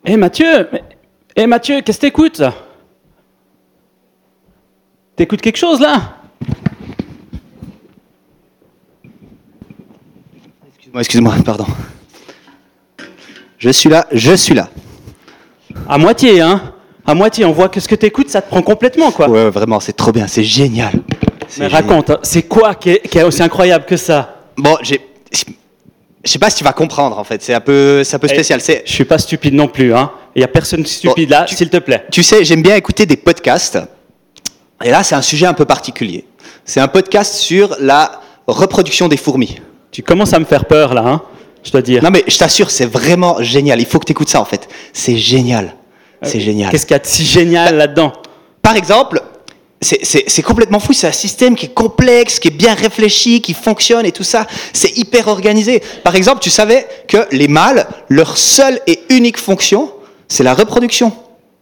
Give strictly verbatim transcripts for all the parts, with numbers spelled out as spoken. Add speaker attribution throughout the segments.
Speaker 1: Hé hey Mathieu, hé hey Mathieu, qu'est-ce que t'écoutes? T'écoutes quelque chose là?
Speaker 2: Excuse-moi, excuse-moi, pardon. Je suis là, je suis là.
Speaker 1: À moitié, hein? À moitié, on voit que ce que t'écoutes, ça te prend complètement, quoi.
Speaker 2: Ouais, vraiment, c'est trop bien, c'est génial. C'est
Speaker 1: Mais
Speaker 2: génial.
Speaker 1: raconte, hein, c'est quoi qui est, qui est aussi incroyable que ça?
Speaker 2: Bon, j'ai... Je sais pas si tu vas comprendre, en fait, c'est un peu, c'est un peu spécial.
Speaker 1: Hey,
Speaker 2: c'est...
Speaker 1: je suis pas stupide non plus, hein? Il y a personne stupide
Speaker 2: Bon,
Speaker 1: là,
Speaker 2: tu...
Speaker 1: s'il te plaît.
Speaker 2: Tu sais, j'aime bien écouter des podcasts. Et là, c'est un sujet un peu particulier. C'est un podcast sur la reproduction des fourmis.
Speaker 1: Tu commences à me faire peur là, hein? Je dois dire.
Speaker 2: Non, mais je t'assure, c'est vraiment génial. Il faut que tu écoutes ça, en fait. C'est génial. C'est euh, génial.
Speaker 1: Qu'est-ce qu'il y a de si génial bah, là-dedans?
Speaker 2: Par exemple, c'est, c'est, c'est complètement fou. C'est un système qui est complexe, qui est bien réfléchi, qui fonctionne et tout ça. C'est hyper organisé. Par exemple, tu savais que les mâles, leur seule et unique fonction, c'est la reproduction.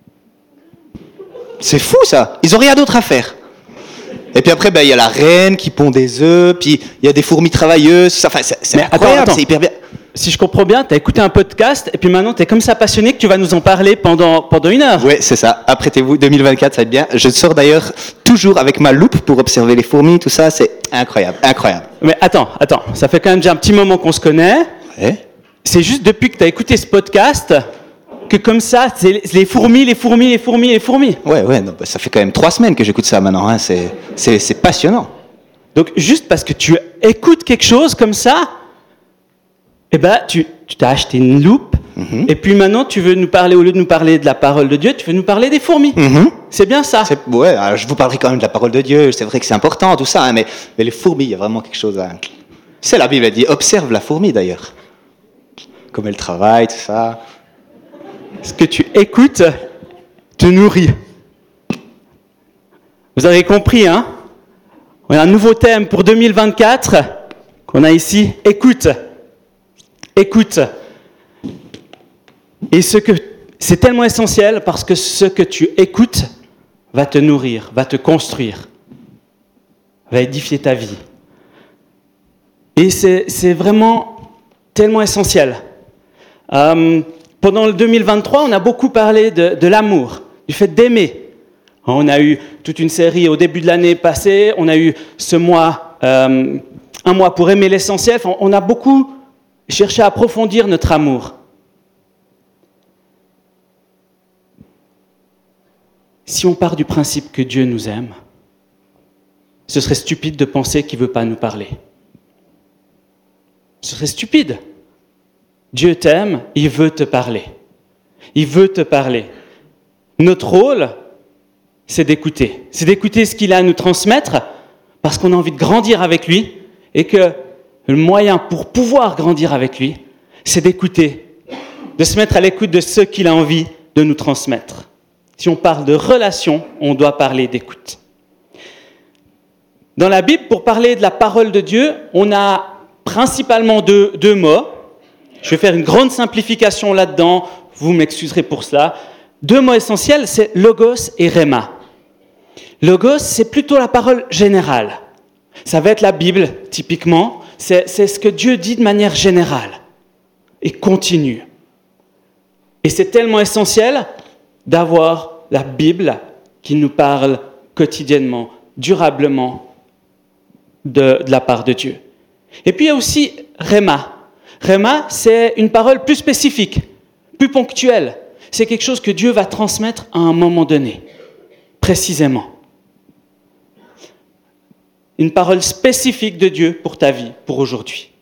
Speaker 2: C'est fou, ça. Ils n'ont rien d'autre à faire. Et puis après, ben, y a la reine qui pond des œufs, puis il y a des fourmis travailleuses. Enfin, c'est, c'est incroyable, attends, attends. C'est hyper bien.
Speaker 1: Si je comprends bien, tu as écouté un podcast et puis maintenant tu es comme ça passionné que tu vas nous en parler pendant, pendant une heure.
Speaker 2: Oui, c'est ça. Apprêtez-vous, deux mille vingt-quatre, ça va être bien. Je sors d'ailleurs toujours avec ma loupe pour observer les fourmis, tout ça. C'est incroyable, incroyable.
Speaker 1: Mais attends, attends, ça fait quand même déjà un petit moment qu'on se connaît.
Speaker 2: Ouais.
Speaker 1: C'est juste depuis que tu as écouté ce podcast que comme ça, c'est les fourmis, les fourmis, les fourmis, les fourmis.
Speaker 2: Ouais, ouais, non, bah, ça fait quand même trois semaines que j'écoute ça maintenant. Hein. C'est, c'est, c'est passionnant.
Speaker 1: Donc juste parce que tu écoutes quelque chose comme ça, eh ben, tu, tu t'as acheté une loupe, mm-hmm. et puis maintenant, tu veux nous parler, au lieu de nous parler de la parole de Dieu, tu veux nous parler des fourmis. Mm-hmm. C'est bien ça.
Speaker 2: C'est, ouais, alors je vous parlerai quand même de la parole de Dieu, c'est vrai que c'est important, tout ça, hein, mais, mais les fourmis, il y a vraiment quelque chose à... C'est la Bible, elle dit, observe la fourmi d'ailleurs. Comme elle travaille, tout ça.
Speaker 1: Ce que tu écoutes te nourrit. Vous avez compris, hein? On a un nouveau thème pour deux mille vingt-quatre qu'on a ici, écoute. Écoute. Et ce que, c'est tellement essentiel parce que ce que tu écoutes va te nourrir, va te construire, va édifier ta vie. Et c'est, c'est vraiment tellement essentiel. Euh, pendant le deux mille vingt-trois, on a beaucoup parlé de, de l'amour, du fait d'aimer. On a eu toute une série au début de l'année passée, on a eu ce mois, euh, un mois pour aimer l'essentiel. Enfin, on a beaucoup cherché à approfondir notre amour. Si on part du principe que Dieu nous aime, ce serait stupide de penser qu'il ne veut pas nous parler. Ce serait stupide. Dieu t'aime, il veut te parler. Il veut te parler. Notre rôle, c'est d'écouter. C'est d'écouter ce qu'il a à nous transmettre parce qu'on a envie de grandir avec lui et que le moyen pour pouvoir grandir avec lui, c'est d'écouter, de se mettre à l'écoute de ce qu'il a envie de nous transmettre. Si on parle de relation, on doit parler d'écoute. Dans la Bible, pour parler de la parole de Dieu, on a principalement deux, deux mots. Je vais faire une grande simplification là-dedans, vous m'excuserez pour cela. Deux mots essentiels, c'est logos et rhéma. Logos, c'est plutôt la parole générale. Ça va être la Bible, typiquement. C'est, c'est ce que Dieu dit de manière générale et continue. Et c'est tellement essentiel d'avoir la Bible qui nous parle quotidiennement, durablement de, de la part de Dieu. Et puis il y a aussi rhéma. Rhéma, c'est une parole plus spécifique, plus ponctuelle. C'est quelque chose que Dieu va transmettre à un moment donné, précisément. Une parole spécifique de Dieu pour ta vie, pour aujourd'hui.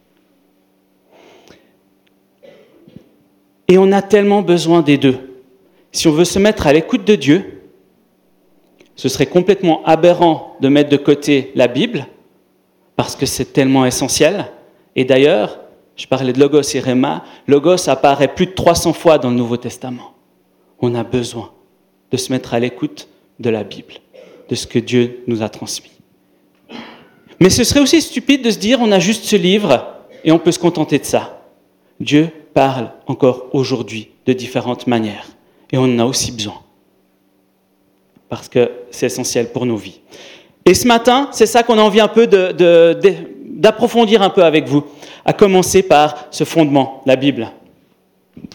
Speaker 1: Et on a tellement besoin des deux. Si on veut se mettre à l'écoute de Dieu, ce serait complètement aberrant de mettre de côté la Bible, parce que c'est tellement essentiel. Et d'ailleurs, je parlais de Logos et Rhéma, Logos apparaît plus de trois cents fois dans le Nouveau Testament. On a besoin de se mettre à l'écoute de la Bible, de ce que Dieu nous a transmis. Mais ce serait aussi stupide de se dire on a juste ce livre et on peut se contenter de ça. Dieu parle encore aujourd'hui de différentes manières et on en a aussi besoin parce que c'est essentiel pour nos vies. Et ce matin, c'est ça qu'on a envie un peu de, de, de, d'approfondir un peu avec vous, à commencer par ce fondement, la Bible.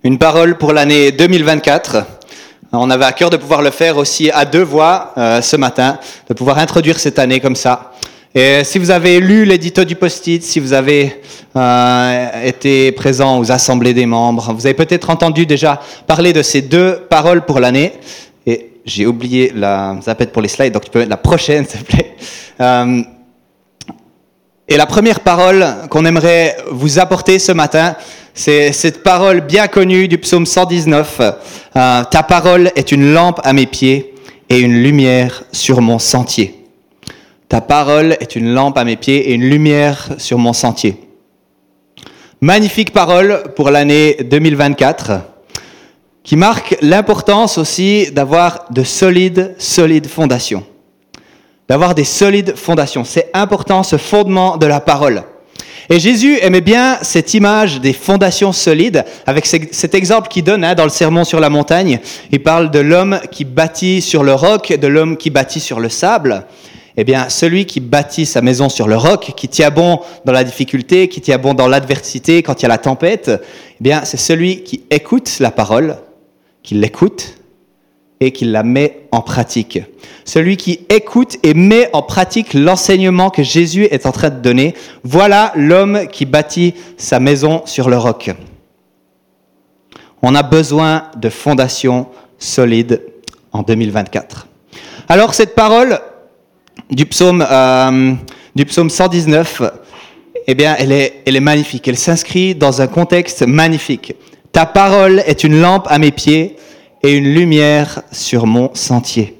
Speaker 2: une parole pour l'année deux mille vingt-quatre. On avait à cœur de pouvoir le faire aussi à deux voix euh, ce matin, de pouvoir introduire cette année comme ça. Et si vous avez lu l'édito du post-it, si vous avez euh, été présent aux assemblées des membres, vous avez peut-être entendu déjà parler de ces deux paroles pour l'année. Et j'ai oublié la zapette pour les slides, donc tu peux mettre la prochaine, s'il te plaît. Euh, et la première parole qu'on aimerait vous apporter ce matin, c'est cette parole bien connue du psaume cent dix-neuf. Euh, « Ta parole est une lampe à mes pieds et une lumière sur mon sentier. » Ta parole est une lampe à mes pieds et une lumière sur mon sentier. Magnifique parole pour l'année deux mille vingt-quatre, qui marque l'importance aussi d'avoir de solides, solides fondations. D'avoir des solides fondations. C'est important, ce fondement de la parole. Et Jésus aimait bien cette image des fondations solides, avec cet exemple qu'il donne hein, dans le Sermon sur la montagne. Il parle de l'homme qui bâtit sur le roc, de l'homme qui bâtit sur le sable. Eh bien, celui qui bâtit sa maison sur le roc, qui tient bon dans la difficulté, qui tient bon dans l'adversité, quand il y a la tempête, eh bien, c'est celui qui écoute la parole, qui l'écoute et qui la met en pratique. Celui qui écoute et met en pratique l'enseignement que Jésus est en train de donner, voilà l'homme qui bâtit sa maison sur le roc. On a besoin de fondations solides en deux mille vingt-quatre. Alors, cette parole du psaume, euh, du psaume cent dix-neuf, eh bien, elle est, elle est magnifique. Elle s'inscrit dans un contexte magnifique. Ta parole est une lampe à mes pieds et une lumière sur mon sentier.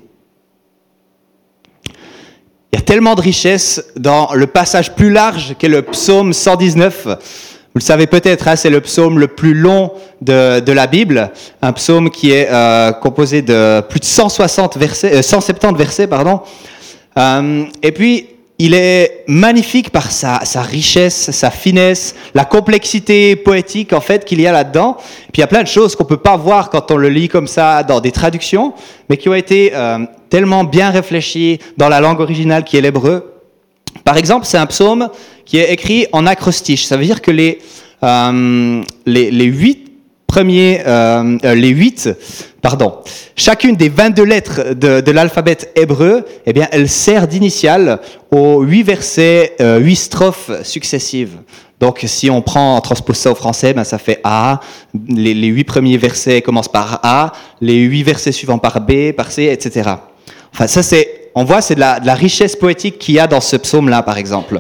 Speaker 2: Il y a tellement de richesse dans le passage plus large qu'est le psaume cent dix-neuf. Vous le savez peut-être, hein, c'est le psaume le plus long de, de la Bible, un psaume qui est euh, composé de plus de cent soixante versets, euh, cent soixante-dix versets, pardon. Euh, et puis, il est magnifique par sa, sa richesse, sa finesse, la complexité poétique en fait qu'il y a là-dedans. Et puis il y a plein de choses qu'on peut pas voir quand on le lit comme ça dans des traductions, mais qui ont été euh, tellement bien réfléchies dans la langue originale qui est l'hébreu. Par exemple, c'est un psaume qui est écrit en acrostiche. Ça veut dire que les euh, les, les huit premiers, euh, les huit, pardon, chacune des vingt-deux lettres de, de l'alphabet hébreu, eh bien, elle sert d'initiale aux huit versets, euh, huit strophes successives. Donc, si on prend, on transpose ça au français, ben, ça fait A. Les, les huit premiers versets commencent par A, les huit versets suivants par B, par C, et cetera. Enfin, ça, c'est, on voit, c'est de la, de la richesse poétique qu'il y a dans ce psaume-là, par exemple.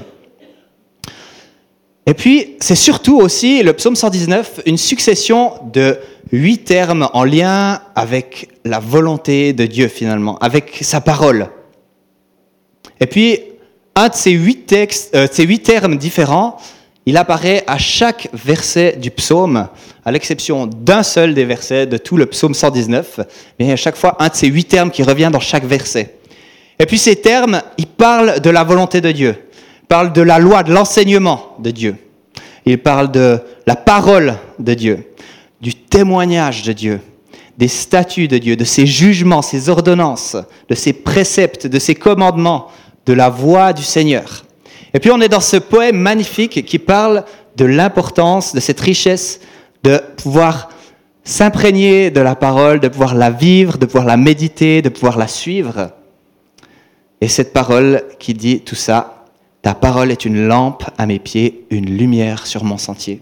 Speaker 2: Et puis, c'est surtout aussi, le psaume cent dix-neuf, une succession de huit termes en lien avec la volonté de Dieu, finalement, avec sa parole. Et puis, un de ces huit textes, euh, ces huit termes différents, il apparaît à chaque verset du psaume, à l'exception d'un seul des versets de tout le psaume cent dix-neuf, mais à chaque fois, un de ces huit termes qui revient dans chaque verset. Et puis, ces termes, ils parlent de la volonté de Dieu. Parle de la loi, de l'enseignement de Dieu. Il parle de la parole de Dieu, du témoignage de Dieu, des statuts de Dieu, de ses jugements, ses ordonnances, de ses préceptes, de ses commandements, de la voix du Seigneur. Et puis on est dans ce poème magnifique qui parle de l'importance de cette richesse de pouvoir s'imprégner de la parole, de pouvoir la vivre, de pouvoir la méditer, de pouvoir la suivre. Et cette parole qui dit tout ça, ta parole est une lampe à mes pieds, une lumière sur mon sentier.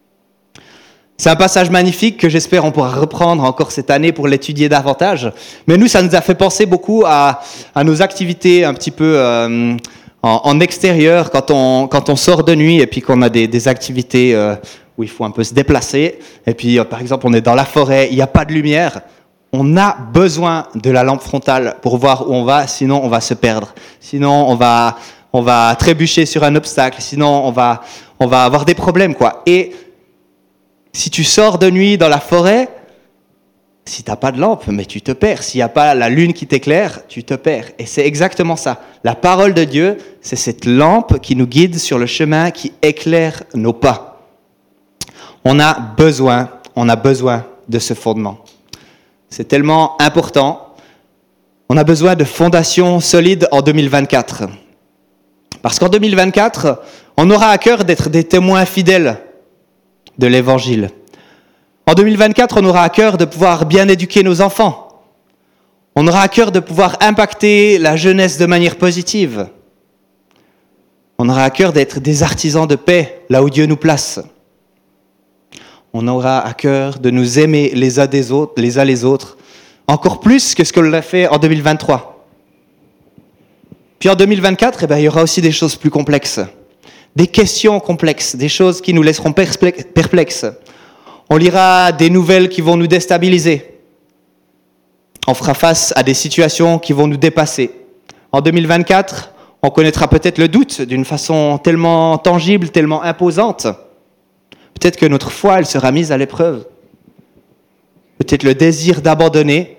Speaker 2: C'est un passage magnifique que j'espère on pourra reprendre encore cette année pour l'étudier davantage. Mais nous, ça nous a fait penser beaucoup à, à nos activités un petit peu euh, en, en extérieur, quand on, quand on sort de nuit et puis qu'on a des, des activités euh, où il faut un peu se déplacer. Et puis, euh, par exemple, on est dans la forêt, il n'y a pas de lumière. On a besoin de la lampe frontale pour voir où on va, sinon on va se perdre. Sinon, on va... on va trébucher sur un obstacle, sinon on va, on va avoir des problèmes, quoi. Et si tu sors de nuit dans la forêt, si tu n'as pas de lampe, mais tu te perds. S'il n'y a pas la lune qui t'éclaire, tu te perds. Et c'est exactement ça. La parole de Dieu, c'est cette lampe qui nous guide sur le chemin, qui éclaire nos pas. On a besoin, on a besoin de ce fondement. C'est tellement important. On a besoin de fondations solides en deux mille vingt-quatre. Parce qu'en deux mille vingt-quatre, on aura à cœur d'être des témoins fidèles de l'Évangile. En deux mille vingt-quatre, on aura à cœur de pouvoir bien éduquer nos enfants. On aura à cœur de pouvoir impacter la jeunesse de manière positive. On aura à cœur d'être des artisans de paix là où Dieu nous place. On aura à cœur de nous aimer les uns des autres, les uns les autres, encore plus que ce que l'on a fait en deux mille vingt-trois. Puis en deux mille vingt-quatre, eh bien, il y aura aussi des choses plus complexes, des questions complexes, des choses qui nous laisseront perplexes. On lira des nouvelles qui vont nous déstabiliser. On fera face à des situations qui vont nous dépasser. En deux mille vingt-quatre, on connaîtra peut-être le doute d'une façon tellement tangible, tellement imposante. Peut-être que notre foi, elle sera mise à l'épreuve. Peut-être le désir d'abandonner.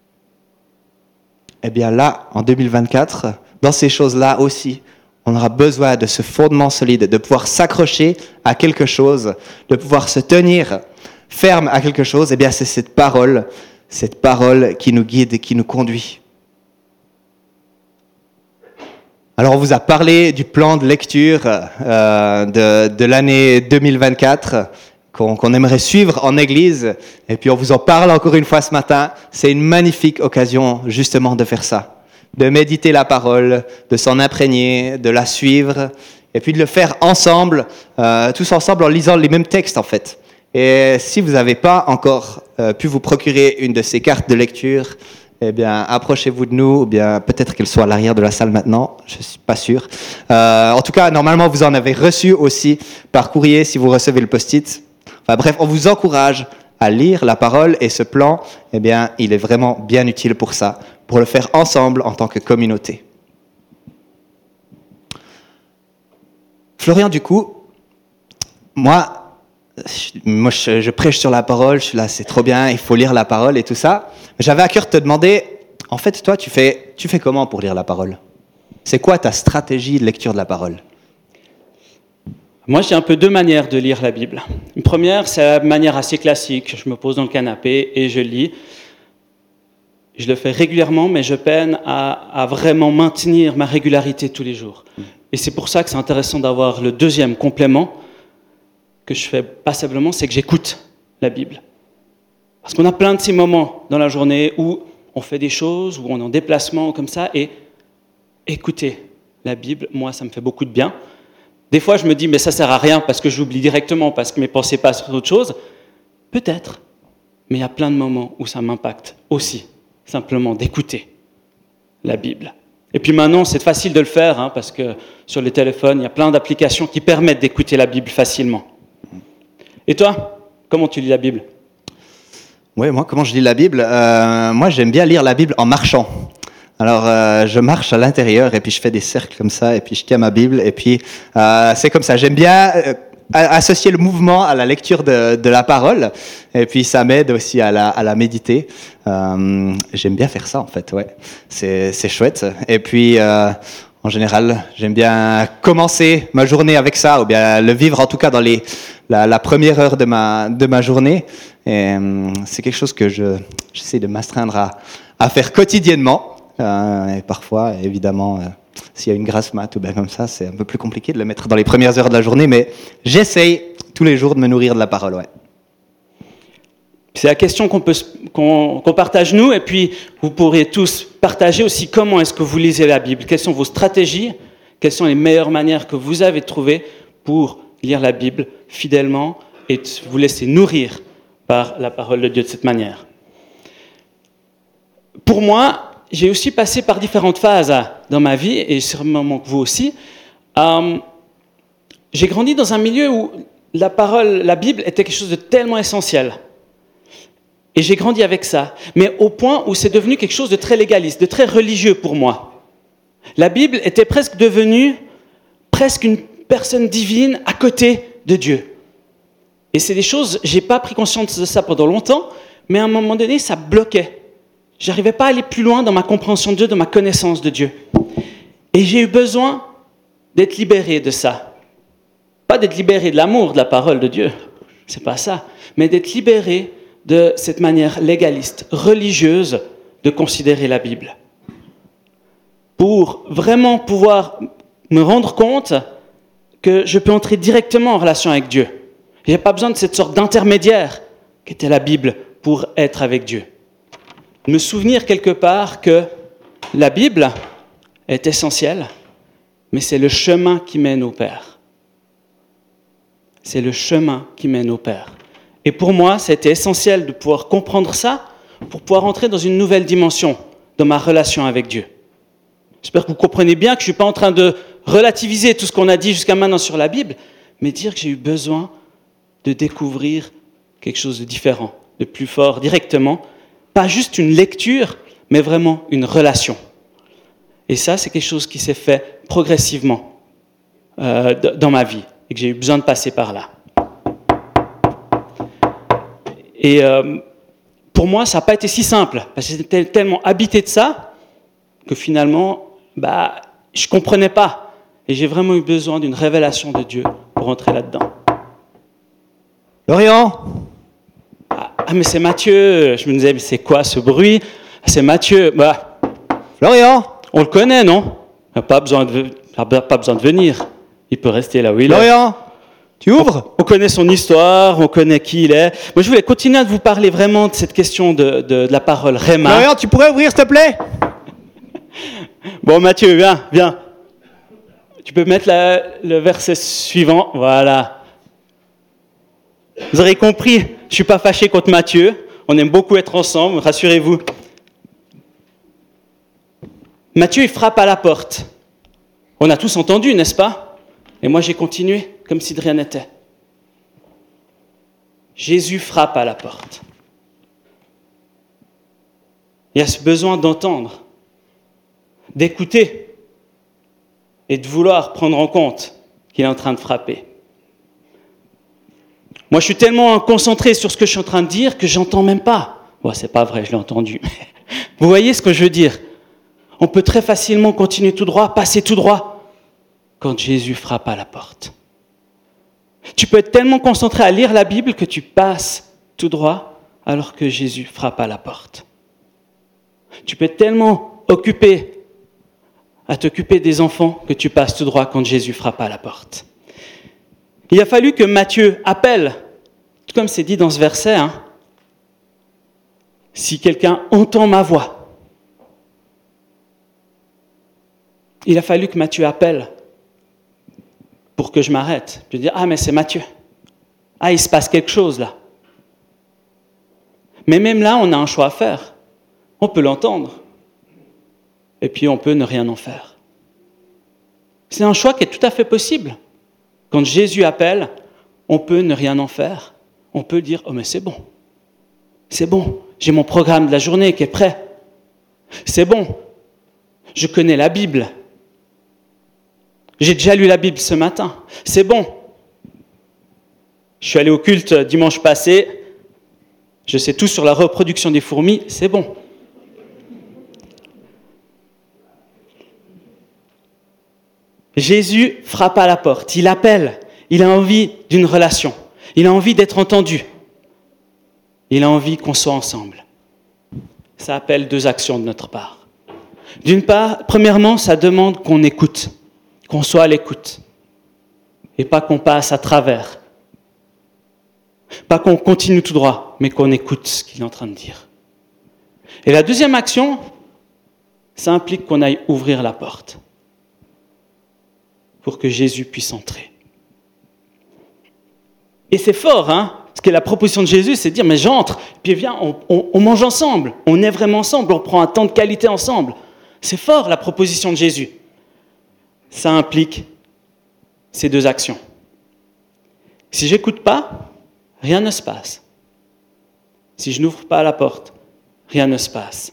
Speaker 2: Eh bien là, en deux mille vingt-quatre, dans ces choses-là aussi, on aura besoin de ce fondement solide, de pouvoir s'accrocher à quelque chose, de pouvoir se tenir ferme à quelque chose. Eh bien, c'est cette parole, cette parole qui nous guide et qui nous conduit. Alors, on vous a parlé du plan de lecture euh, de, de l'année deux mille vingt-quatre qu'on, qu'on aimerait suivre en Église. Et puis, on vous en parle encore une fois ce matin. C'est une magnifique occasion, justement, de faire ça. De méditer la parole, de s'en imprégner, de la suivre. Et puis, de le faire ensemble, euh, tous ensemble, en lisant les mêmes textes, en fait. Et si vous n'avez pas encore euh, pu vous procurer une de ces cartes de lecture, eh bien, approchez-vous de nous, ou bien peut-être qu'elle soit à l'arrière de la salle maintenant, je ne suis pas sûr. Euh, en tout cas, normalement, vous en avez reçu aussi par courrier si vous recevez le post-it. Enfin bref, on vous encourage à lire la parole et ce plan, eh bien, il est vraiment bien utile pour ça, pour le faire ensemble en tant que communauté. Florian, du coup, moi, moi je, je prêche sur la parole, je suis là, c'est trop bien, il faut lire la parole et tout ça. J'avais à cœur de te demander, en fait, toi, tu fais, tu fais comment pour lire la parole ? C'est quoi ta stratégie de lecture de la parole ?
Speaker 1: Moi, j'ai un peu deux manières de lire la Bible. Une première, c'est la manière assez classique. Je me pose dans le canapé et je lis. Je le fais régulièrement, mais je peine à, à vraiment maintenir ma régularité tous les jours. Et c'est pour ça que c'est intéressant d'avoir le deuxième complément que je fais passablement, c'est que j'écoute la Bible. Parce qu'on a plein de ces moments dans la journée où on fait des choses, où on est en déplacement comme ça, et écouter la Bible, moi, ça me fait beaucoup de bien. Des fois, je me dis, mais ça sert à rien parce que j'oublie directement, parce que mes pensées passent sur autre chose. Peut-être, mais il y a plein de moments où ça m'impacte aussi, simplement d'écouter la Bible. Et puis maintenant, c'est facile de le faire, hein, parce que sur les téléphones, il y a plein d'applications qui permettent d'écouter la Bible facilement. Et toi, comment tu lis la Bible ?
Speaker 2: Oui, moi, comment je lis la Bible ? euh, Moi, j'aime bien lire la Bible en marchant. Alors, euh, je marche à l'intérieur et puis je fais des cercles comme ça et puis je tiens ma Bible et puis euh, c'est comme ça. J'aime bien euh, associer le mouvement à la lecture de, de la parole et puis ça m'aide aussi à la, à la méditer. Euh, j'aime bien faire ça en fait, ouais. C'est, c'est chouette. Et puis, euh, en général, j'aime bien commencer ma journée avec ça ou bien le vivre en tout cas dans les, la, la première heure de ma, de ma journée. Et euh, c'est quelque chose que je, j'essaie de m'astreindre à, à faire quotidiennement. Euh, et parfois, évidemment, euh, s'il y a une grasse mat ou bien comme ça, c'est un peu plus compliqué de le mettre dans les premières heures de la journée, mais j'essaye tous les jours de me nourrir de la parole, ouais.
Speaker 1: C'est la question qu'on, peut, qu'on, qu'on partage nous, et puis vous pourrez tous partager aussi comment est-ce que vous lisez la Bible, quelles sont vos stratégies, quelles sont les meilleures manières que vous avez trouvées pour lire la Bible fidèlement et vous laisser nourrir par la parole de Dieu de cette manière. Pour moi, j'ai aussi passé par différentes phases dans ma vie, et sûrement que vous aussi. Euh, j'ai grandi dans un milieu où la parole, la Bible était quelque chose de tellement essentiel. Et j'ai grandi avec ça, mais au point où c'est devenu quelque chose de très légaliste, de très religieux pour moi. La Bible était presque devenue presque une personne divine à côté de Dieu. Et c'est des choses, j'ai pas pris conscience de ça pendant longtemps, mais à un moment donné, ça bloquait. J'arrivais pas à aller plus loin dans ma compréhension de Dieu, dans ma connaissance de Dieu. Et j'ai eu besoin d'être libéré de ça. Pas d'être libéré de l'amour de la parole de Dieu, c'est pas ça, mais d'être libéré de cette manière légaliste, religieuse, de considérer la Bible. Pour vraiment pouvoir me rendre compte que je peux entrer directement en relation avec Dieu. Il n'y a pas besoin de cette sorte d'intermédiaire, qu'était la Bible pour être avec Dieu. Me souvenir quelque part que la Bible est essentielle, mais c'est le chemin qui mène au Père. C'est le chemin qui mène au Père. Et pour moi, c'était essentiel de pouvoir comprendre ça pour pouvoir entrer dans une nouvelle dimension dans ma relation avec Dieu. J'espère que vous comprenez bien que je ne suis pas en train de relativiser tout ce qu'on a dit jusqu'à maintenant sur la Bible, mais dire que j'ai eu besoin de découvrir quelque chose de différent, de plus fort, directement. Pas juste une lecture, mais vraiment une relation. Et ça, c'est quelque chose qui s'est fait progressivement euh, dans ma vie et que j'ai eu besoin de passer par là. Et euh, pour moi, ça n'a pas été si simple, parce que j'étais tellement habité de ça que finalement, bah, je ne comprenais pas. Et j'ai vraiment eu besoin d'une révélation de Dieu pour entrer là-dedans.
Speaker 2: Lorian ?
Speaker 1: Ah, mais c'est Mathieu. Je me disais, mais c'est quoi ce bruit ? C'est Mathieu. Bah,
Speaker 2: Lorian ?
Speaker 1: On le connaît, non ? Il n'a pas besoin de, pas besoin de venir. Il peut rester là où il est.
Speaker 2: Lorian ? Tu ouvres ?
Speaker 1: On, on connaît son histoire, on connaît qui il est. Moi, je voulais continuer à vous parler vraiment de cette question de, de, de la parole Réma.
Speaker 2: Lorian, tu pourrais ouvrir, s'il te plaît ?
Speaker 1: Bon, Mathieu, viens, viens. Tu peux mettre la, le verset suivant. Voilà. Vous aurez compris, je ne suis pas fâché contre Mathieu. On aime beaucoup être ensemble, rassurez-vous. Mathieu, il frappe à la porte. On a tous entendu, n'est-ce pas ? Et moi, j'ai continué, comme si de rien n'était. Jésus frappe à la porte. Il y a ce besoin d'entendre, d'écouter et de vouloir prendre en compte qu'il est en train de frapper. Moi, je suis tellement concentré sur ce que je suis en train de dire que j'entends même pas. Bon, c'est pas vrai, je l'ai entendu. Vous voyez ce que je veux dire ? On peut très facilement continuer tout droit, passer tout droit, quand Jésus frappe à la porte. Tu peux être tellement concentré à lire la Bible que tu passes tout droit alors que Jésus frappe à la porte. Tu peux être tellement occupé à t'occuper des enfants que tu passes tout droit quand Jésus frappe à la porte. Il a fallu que Matthieu appelle, tout comme c'est dit dans ce verset, hein, si quelqu'un entend ma voix. Il a fallu que Matthieu appelle pour que je m'arrête. Je vais dire, ah mais c'est Matthieu. Ah, il se passe quelque chose là. Mais même là, on a un choix à faire. On peut l'entendre. Et puis on peut ne rien en faire. C'est un choix qui est tout à fait possible. Quand Jésus appelle, on peut ne rien en faire. On peut dire, oh mais c'est bon. C'est bon, j'ai mon programme de la journée qui est prêt. C'est bon, je connais la Bible. J'ai déjà lu la Bible ce matin. C'est bon. Je suis allé au culte dimanche passé. Je sais tout sur la reproduction des fourmis. C'est bon. Jésus frappe à la porte. Il appelle. Il a envie d'une relation. Il a envie d'être entendu. Il a envie qu'on soit ensemble. Ça appelle deux actions de notre part. D'une part, premièrement, ça demande qu'on écoute. Qu'on soit à l'écoute et pas qu'on passe à travers. Pas qu'on continue tout droit, mais qu'on écoute ce qu'il est en train de dire. Et la deuxième action, ça implique qu'on aille ouvrir la porte pour que Jésus puisse entrer. Et c'est fort, hein, parce que la proposition de Jésus, c'est de dire, mais j'entre, puis viens, on, on, on mange ensemble, on est vraiment ensemble, on prend un temps de qualité ensemble. C'est fort, la proposition de Jésus. Ça implique ces deux actions. Si je n'écoute pas, rien ne se passe. Si je n'ouvre pas la porte, rien ne se passe.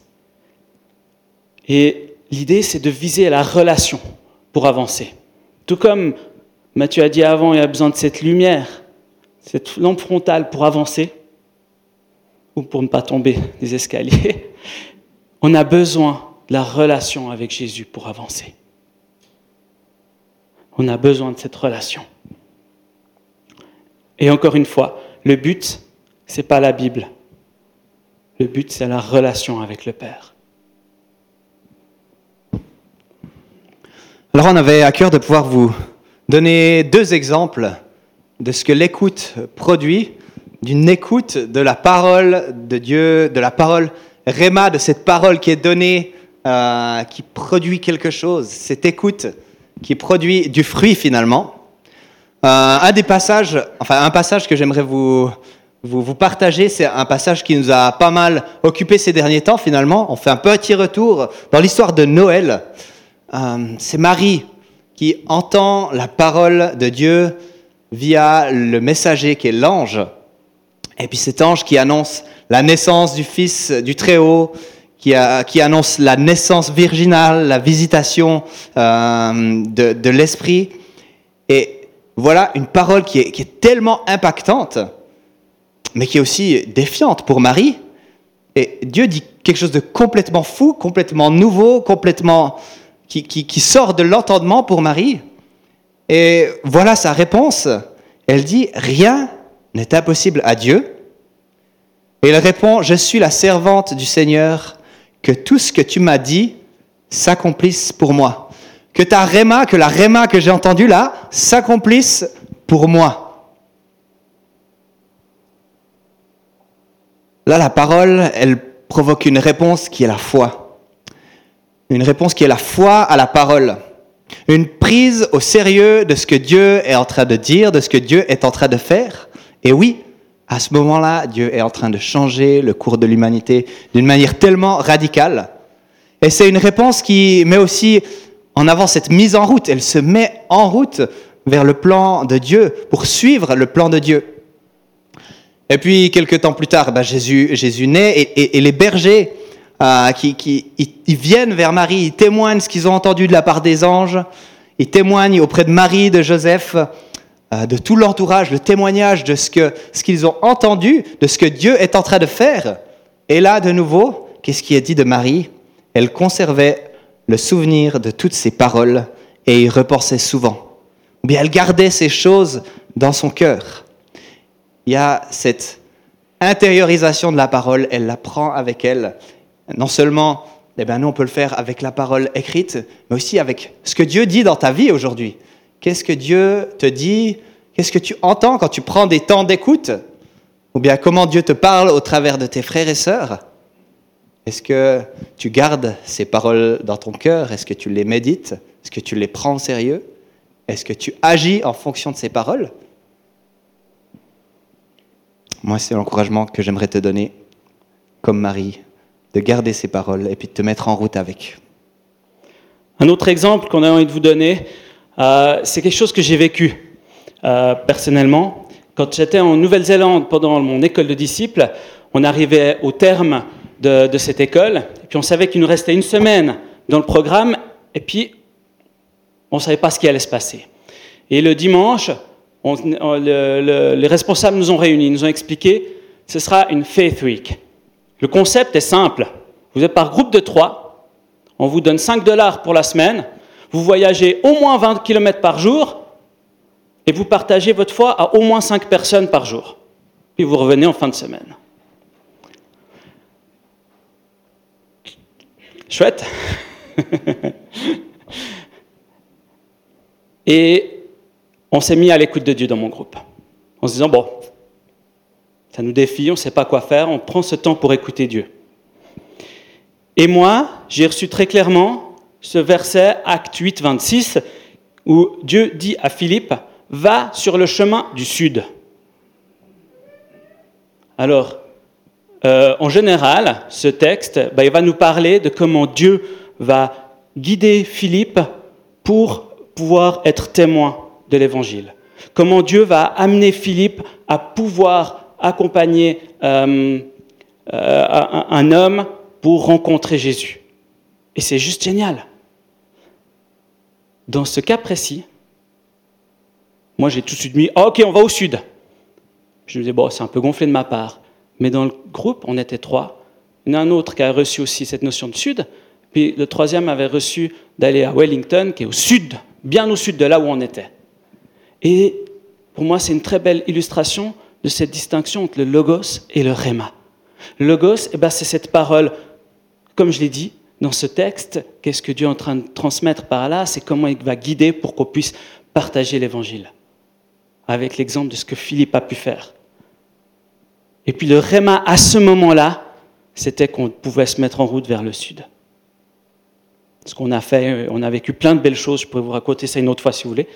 Speaker 1: Et l'idée, c'est de viser la relation pour avancer. Tout comme Matthieu a dit avant, il y a besoin de cette lumière, cette lampe frontale pour avancer, ou pour ne pas tomber des escaliers. On a besoin de la relation avec Jésus pour avancer. On a besoin de cette relation. Et encore une fois, le but, ce n'est pas la Bible. Le but, c'est la relation avec le Père.
Speaker 2: Alors on avait à cœur de pouvoir vous donner deux exemples de ce que l'écoute produit d'une écoute de la parole de Dieu, de la parole Réma, de cette parole qui est donnée, euh, qui produit quelque chose, cette écoute qui produit du fruit finalement. Euh, un des passages, enfin un passage que j'aimerais vous, vous, vous partager, c'est un passage qui nous a pas mal occupé ces derniers temps finalement. On fait un petit retour dans l'histoire de Noël. Euh, c'est Marie qui entend la parole de Dieu via le messager qui est l'ange. Et puis cet ange qui annonce la naissance du Fils du Très-Haut, qui, a, qui annonce la naissance virginale, la visitation euh, de, de l'Esprit. Et voilà une parole qui est, qui est tellement impactante, mais qui est aussi défiante pour Marie. Et Dieu dit quelque chose de complètement fou, complètement nouveau, complètement qui, qui, qui sort de l'entendement pour Marie. Et voilà sa réponse. Elle dit « Rien n'est impossible à Dieu ». Et elle répond « Je suis la servante du Seigneur, que tout ce que tu m'as dit s'accomplisse pour moi. Que ta réma, que la réma que j'ai entendue là, s'accomplisse pour moi. » Là, la parole, elle provoque une réponse qui est la foi. Une réponse qui est la foi à la parole. Une prise au sérieux de ce que Dieu est en train de dire, de ce que Dieu est en train de faire. Et oui, à ce moment-là, Dieu est en train de changer le cours de l'humanité d'une manière tellement radicale. Et c'est une réponse qui met aussi en avant cette mise en route. Elle se met en route vers le plan de Dieu, pour suivre le plan de Dieu. Et puis, quelques temps plus tard, ben, Jésus, Jésus naît et, et, et les bergers euh, qui, qui ils, ils viennent vers Marie, ils témoignent ce qu'ils ont entendu de la part des anges, ils témoignent auprès de Marie, de Joseph, euh, de tout l'entourage, le témoignage de ce, que, ce qu'ils ont entendu, de ce que Dieu est en train de faire. Et là, de nouveau, qu'est-ce qui est dit de Marie ? Elle conservait le souvenir de toutes ces paroles et y repensait souvent. Ou bien elle gardait ces choses dans son cœur. Il y a cette intériorisation de la parole, elle la prend avec elle. Non seulement, eh bien, nous on peut le faire avec la parole écrite, mais aussi avec ce que Dieu dit dans ta vie aujourd'hui. Qu'est-ce que Dieu te dit ? Qu'est-ce que tu entends quand tu prends des temps d'écoute ? Ou bien comment Dieu te parle au travers de tes frères et sœurs ? Est-ce que tu gardes ces paroles dans ton cœur ? Est-ce que tu les médites ? Est-ce que tu les prends au sérieux ? Est-ce que tu agis en fonction de ces paroles ? Moi, c'est l'encouragement que j'aimerais te donner, comme Marie, de garder ces paroles et puis de te mettre en route avec.
Speaker 1: Un autre exemple qu'on a envie de vous donner, euh, c'est quelque chose que j'ai vécu euh, personnellement. Quand j'étais en Nouvelle-Zélande pendant mon école de disciples, on arrivait au terme de, de cette école, et puis on savait qu'il nous restait une semaine dans le programme, et puis on ne savait pas ce qui allait se passer. Et le dimanche, on, on, le, le, les responsables nous ont réunis, nous ont expliqué, ce sera une Faith Week. Le concept est simple, vous êtes par groupe de trois, on vous donne cinq dollars pour la semaine, vous voyagez au moins vingt kilomètres par jour, et vous partagez votre foi à au moins cinq personnes par jour. Puis vous revenez en fin de semaine. Chouette. Et on s'est mis à l'écoute de Dieu dans mon groupe, en se disant, bon, ça nous défie, on ne sait pas quoi faire, on prend ce temps pour écouter Dieu. Et moi, j'ai reçu très clairement ce verset, Actes huit, vingt-six, où Dieu dit à Philippe, « Va sur le chemin du sud ». Alors, euh, en général, ce texte, ben, il va nous parler de comment Dieu va guider Philippe pour pouvoir être témoin de l'Évangile. Comment Dieu va amener Philippe à pouvoir accompagner euh, euh, un, un homme pour rencontrer Jésus. Et c'est juste génial. Dans ce cas précis, moi j'ai tout de suite mis oh, « Ok, on va au sud ». Je me disais « Bon, c'est un peu gonflé de ma part ». Mais dans le groupe, on était trois. Il y en a un autre qui a reçu aussi cette notion de sud. Puis le troisième avait reçu d'aller à Wellington, qui est au sud, bien au sud de là où on était. Et pour moi, c'est une très belle illustration de cette distinction entre le logos et le rhéma. Le logos, eh ben, c'est cette parole, comme je l'ai dit, dans ce texte, qu'est-ce que Dieu est en train de transmettre par là ? C'est comment il va guider pour qu'on puisse partager l'évangile. Avec l'exemple de ce que Philippe a pu faire. Et puis le réma à ce moment-là, c'était qu'on pouvait se mettre en route vers le sud. Ce qu'on a fait, on a vécu plein de belles choses, je pourrais vous raconter ça une autre fois si vous voulez.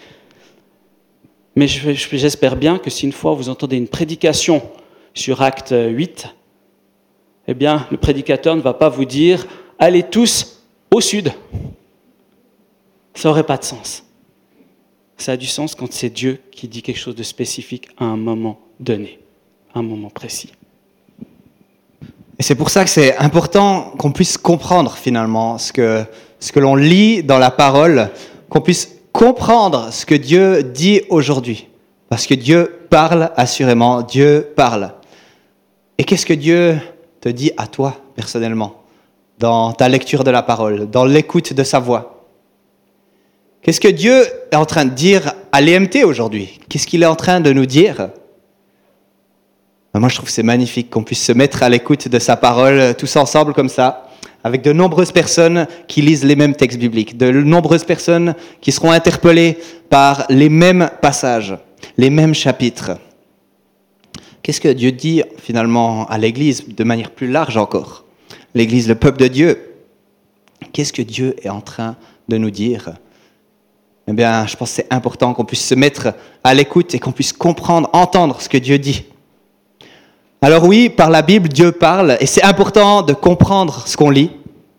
Speaker 1: Mais j'espère bien que si une fois vous entendez une prédication sur Acte huit, eh bien, le prédicateur ne va pas vous dire « Allez tous au sud ». Ça n'aurait pas de sens. Ça a du sens quand c'est Dieu qui dit quelque chose de spécifique à un moment donné, à un moment précis.
Speaker 2: Et c'est pour ça que c'est important qu'on puisse comprendre finalement ce que, ce que l'on lit dans la parole, qu'on puisse comprendre ce que Dieu dit aujourd'hui. Parce que Dieu parle assurément, Dieu parle. Et qu'est-ce que Dieu te dit à toi, personnellement, dans ta lecture de la parole, dans l'écoute de sa voix? Qu'est-ce que Dieu est en train de dire à l'E M T aujourd'hui? Qu'est-ce qu'il est en train de nous dire? Moi, je trouve que c'est magnifique qu'on puisse se mettre à l'écoute de sa parole, tous ensemble comme ça, avec de nombreuses personnes qui lisent les mêmes textes bibliques, de nombreuses personnes qui seront interpellées par les mêmes passages, les mêmes chapitres. Qu'est-ce que Dieu dit finalement à l'Église, de manière plus large encore? L'Église, le peuple de Dieu. Qu'est-ce que Dieu est en train de nous dire? Eh bien, je pense que c'est important qu'on puisse se mettre à l'écoute et qu'on puisse comprendre, entendre ce que Dieu dit. Alors oui, par la Bible, Dieu parle, et c'est important de comprendre ce qu'on lit.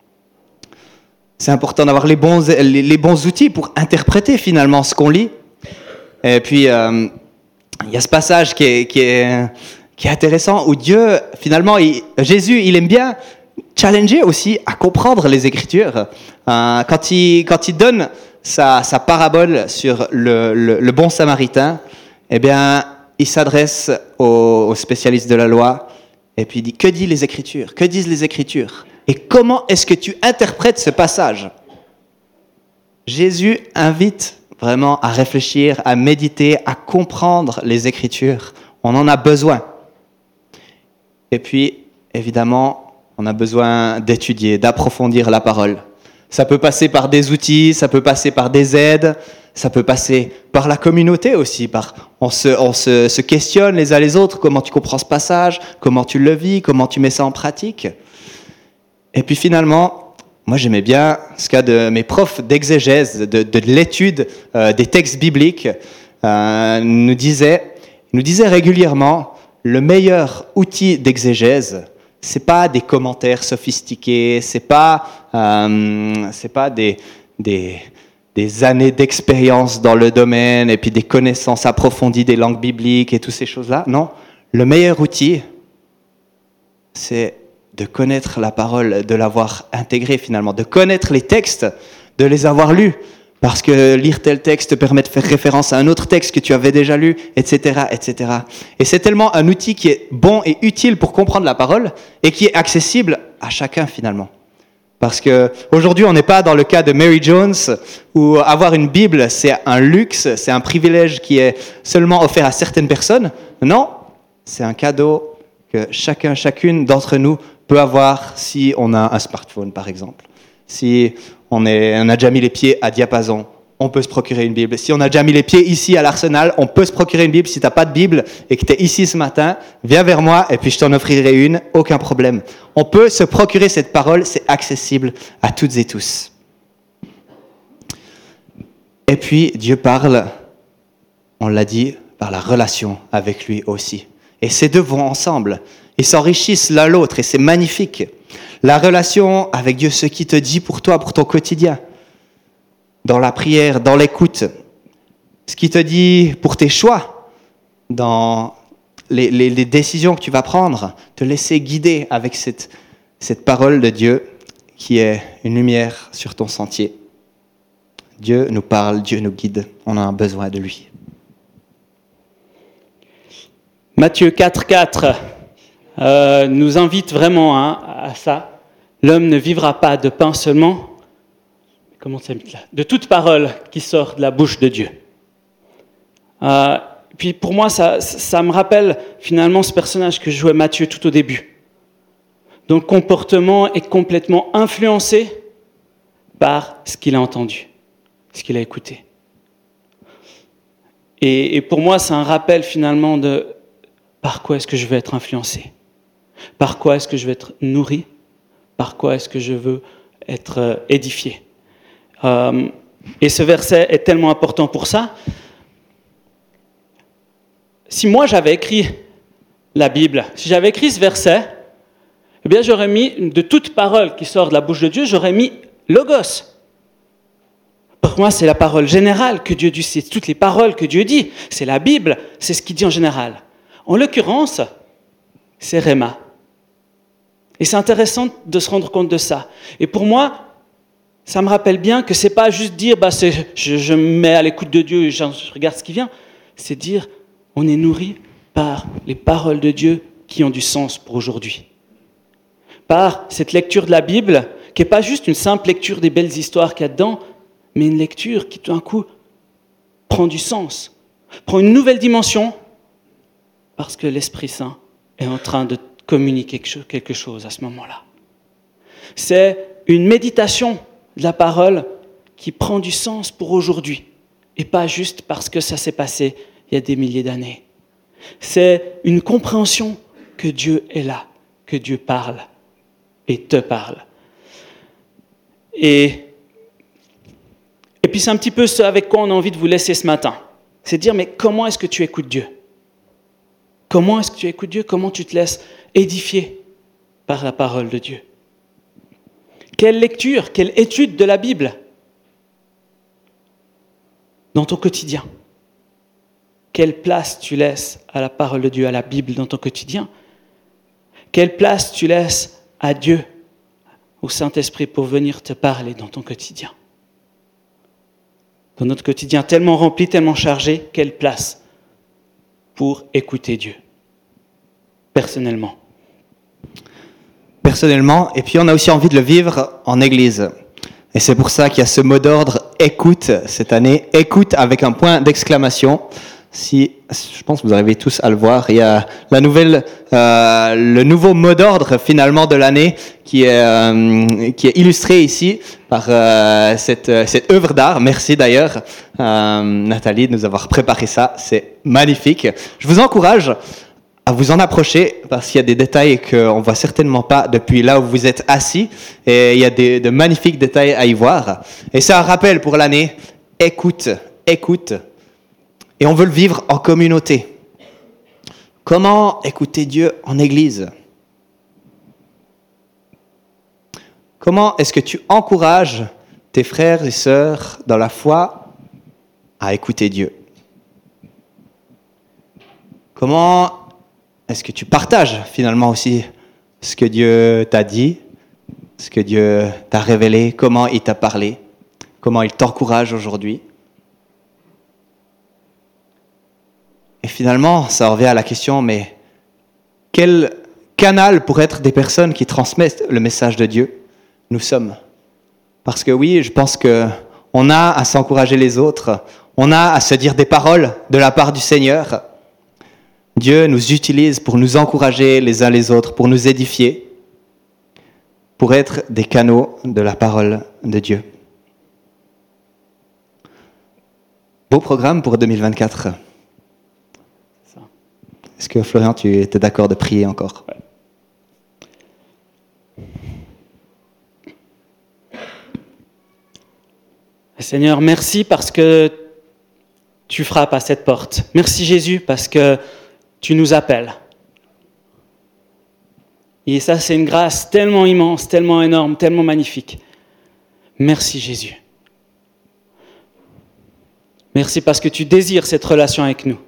Speaker 2: C'est important d'avoir les bons, les, les bons outils pour interpréter finalement ce qu'on lit. Et puis, euh, il y a ce passage qui est, qui est, qui est intéressant, où Dieu, finalement, il, Jésus, il aime bien challenger aussi à comprendre les Écritures. Euh, quand, il, quand il donne sa, sa parabole sur le, le, le bon Samaritain, eh bien, il s'adresse aux, aux spécialistes de la loi, et puis il dit, que disent les Écritures? Que disent les Écritures? Et comment est-ce que tu interprètes ce passage? Jésus invite vraiment à réfléchir, à méditer, à comprendre les Écritures. On en a besoin. Et puis, évidemment, on a besoin d'étudier, d'approfondir la parole. Ça peut passer par des outils, ça peut passer par des aides, ça peut passer par la communauté aussi. Par, on se, on se, se questionne les uns les autres, comment tu comprends ce passage, comment tu le vis, comment tu mets ça en pratique. Et puis finalement, moi j'aimais bien ce cas de mes profs d'exégèse, de, de l'étude euh, des textes bibliques, euh, nous disaient, nous disaient régulièrement, le meilleur outil d'exégèse, c'est pas des commentaires sophistiqués, c'est pas, euh, c'est pas des, des, des années d'expérience dans le domaine et puis des connaissances approfondies des langues bibliques et toutes ces choses-là. Non, le meilleur outil, c'est de connaître la parole, de l'avoir intégrée finalement, de connaître les textes, de les avoir lus. Parce que lire tel texte te permet de faire référence à un autre texte que tu avais déjà lu, et cetera, et cetera. Et c'est tellement un outil qui est bon et utile pour comprendre la parole et qui est accessible à chacun finalement. Parce que aujourd'hui, on n'est pas dans le cas de Mary Jones où avoir une Bible, c'est un luxe, c'est un privilège qui est seulement offert à certaines personnes. Non, c'est un cadeau que chacun, chacune d'entre nous peut avoir si on a un smartphone, par exemple. Si on, est, on a déjà mis les pieds à Diapason, on peut se procurer une Bible. Si on a déjà mis les pieds ici à l'Arsenal, on peut se procurer une Bible. Si tu n'as pas de Bible et que tu es ici ce matin, viens vers moi et puis je t'en offrirai une, aucun problème. On peut se procurer cette parole, c'est accessible à toutes et tous. Et puis Dieu parle, on l'a dit, par la relation avec lui aussi. Et ces deux vont ensemble. Ils s'enrichissent l'un l'autre et c'est magnifique. La relation avec Dieu, ce qu'il te dit pour toi, pour ton quotidien. Dans la prière, dans l'écoute. Ce qu'il te dit pour tes choix. Dans les, les, les décisions que tu vas prendre. Te laisser guider avec cette, cette parole de Dieu qui est une lumière sur ton sentier. Dieu nous parle, Dieu nous guide. On a besoin de lui.
Speaker 1: Matthieu quatre, quatre euh, nous invite vraiment hein, à ça. L'homme ne vivra pas de pain seulement, comment ça là, de toute parole qui sort de la bouche de Dieu. Euh, puis pour moi, ça, ça me rappelle finalement ce personnage que jouait Matthieu tout au début, dont le comportement est complètement influencé par ce qu'il a entendu, ce qu'il a écouté. Et, et pour moi, c'est un rappel finalement de par quoi est-ce que je veux être influencé? Par quoi est-ce que je veux être nourri? Par quoi est-ce que je veux être euh, édifié? euh, Et ce verset est tellement important pour ça. Si moi j'avais écrit la Bible, si j'avais écrit ce verset, eh bien j'aurais mis, de toute parole qui sort de la bouche de Dieu, j'aurais mis Logos. Pour moi, c'est la parole générale que Dieu dit, c'est toutes les paroles que Dieu dit. C'est la Bible, c'est ce qu'il dit en général. En l'occurrence, c'est Réma. Et c'est intéressant de se rendre compte de ça. Et pour moi, ça me rappelle bien que c'est pas juste dire bah, c'est, je, je me mets à l'écoute de Dieu et je, je regarde ce qui vient. C'est dire on est nourri par les paroles de Dieu qui ont du sens pour aujourd'hui. Par cette lecture de la Bible, qui n'est pas juste une simple lecture des belles histoires qu'il y a dedans, mais une lecture qui tout d'un coup prend du sens, prend une nouvelle dimension, parce que l'Esprit Saint est en train de communiquer quelque chose à ce moment-là. C'est une méditation de la parole qui prend du sens pour aujourd'hui, et pas juste parce que ça s'est passé il y a des milliers d'années. C'est une compréhension que Dieu est là, que Dieu parle et te parle. Et, et puis c'est un petit peu ce avec quoi on a envie de vous laisser ce matin. C'est dire, mais comment est-ce que tu écoutes Dieu? Comment est-ce que tu écoutes Dieu? Comment tu te laisses édifier par la parole de Dieu? Quelle lecture, quelle étude de la Bible dans ton quotidien? Quelle place tu laisses à la parole de Dieu, à la Bible dans ton quotidien? Quelle place tu laisses à Dieu, au Saint-Esprit, pour venir te parler dans ton quotidien? Dans notre quotidien tellement rempli, tellement chargé, quelle place pour écouter Dieu, personnellement?
Speaker 2: Personnellement, et puis on a aussi envie de le vivre en Église. Et c'est pour ça qu'il y a ce mot d'ordre « écoute » cette année. « Écoute » avec un point d'exclamation. Si, je pense que vous arrivez tous à le voir, il y a la nouvelle, euh, le nouveau mot d'ordre finalement de l'année qui est, euh, qui est illustré ici par euh, cette, cette œuvre d'art. Merci d'ailleurs euh, Nathalie de nous avoir préparé ça, c'est magnifique. Je vous encourage à vous en approcher parce qu'il y a des détails qu'on ne voit certainement pas depuis là où vous êtes assis et il y a des, de magnifiques détails à y voir. Et c'est un rappel pour l'année, écoute, écoute. Et on veut le vivre en communauté. Comment écouter Dieu en Église? Comment est-ce que tu encourages tes frères et sœurs dans la foi à écouter Dieu? Comment est-ce que tu partages finalement aussi ce que Dieu t'a dit, ce que Dieu t'a révélé, comment il t'a parlé, comment il t'encourage aujourd'hui? Et finalement, ça revient à la question, mais quel canal pour être des personnes qui transmettent le message de Dieu nous sommes? Parce que oui, je pense qu'on a à s'encourager les autres, on a à se dire des paroles de la part du Seigneur. Dieu nous utilise pour nous encourager les uns les autres, pour nous édifier, pour être des canaux de la parole de Dieu. Beau programme pour deux mille vingt-quatre. Est-ce que Florian, tu étais d'accord de prier encore? Ouais.
Speaker 1: Seigneur, merci parce que tu frappes à cette porte. Merci Jésus parce que tu nous appelles. Et ça, c'est une grâce tellement immense, tellement énorme, tellement magnifique. Merci Jésus. Merci parce que tu désires cette relation avec nous.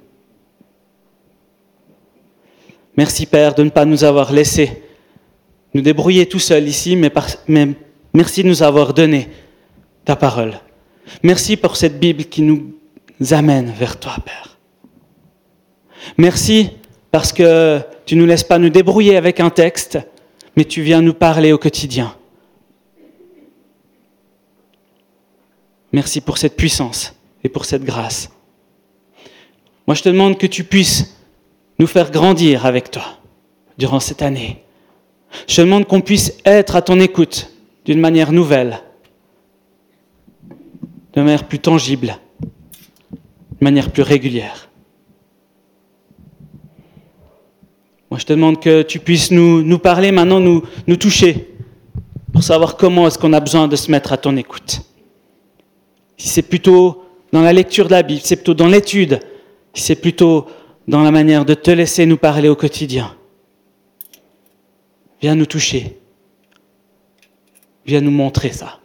Speaker 1: Merci Père de ne pas nous avoir laissé nous débrouiller tout seuls ici, mais, par, mais merci de nous avoir donné ta parole. Merci pour cette Bible qui nous amène vers toi, Père. Merci parce que tu ne nous laisses pas nous débrouiller avec un texte, mais tu viens nous parler au quotidien. Merci pour cette puissance et pour cette grâce. Moi, je te demande que tu puisses nous faire grandir avec toi durant cette année. Je te demande qu'on puisse être à ton écoute d'une manière nouvelle, de manière plus tangible, de manière plus régulière. Moi, je te demande que tu puisses nous, nous parler maintenant, nous, nous toucher, pour savoir comment est-ce qu'on a besoin de se mettre à ton écoute. Si c'est plutôt dans la lecture de la Bible, si c'est plutôt dans l'étude, si c'est plutôt dans la manière de te laisser nous parler au quotidien. Viens nous toucher. Viens nous montrer ça.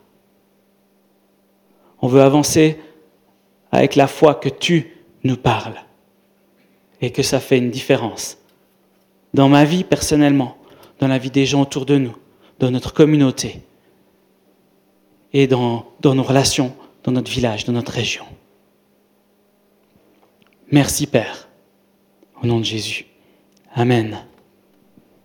Speaker 1: On veut avancer avec la foi que tu nous parles et que ça fait une différence dans ma vie personnellement, dans la vie des gens autour de nous, dans notre communauté et dans, dans nos relations, dans notre village, dans notre région. Merci Père, au nom de Jésus. Amen.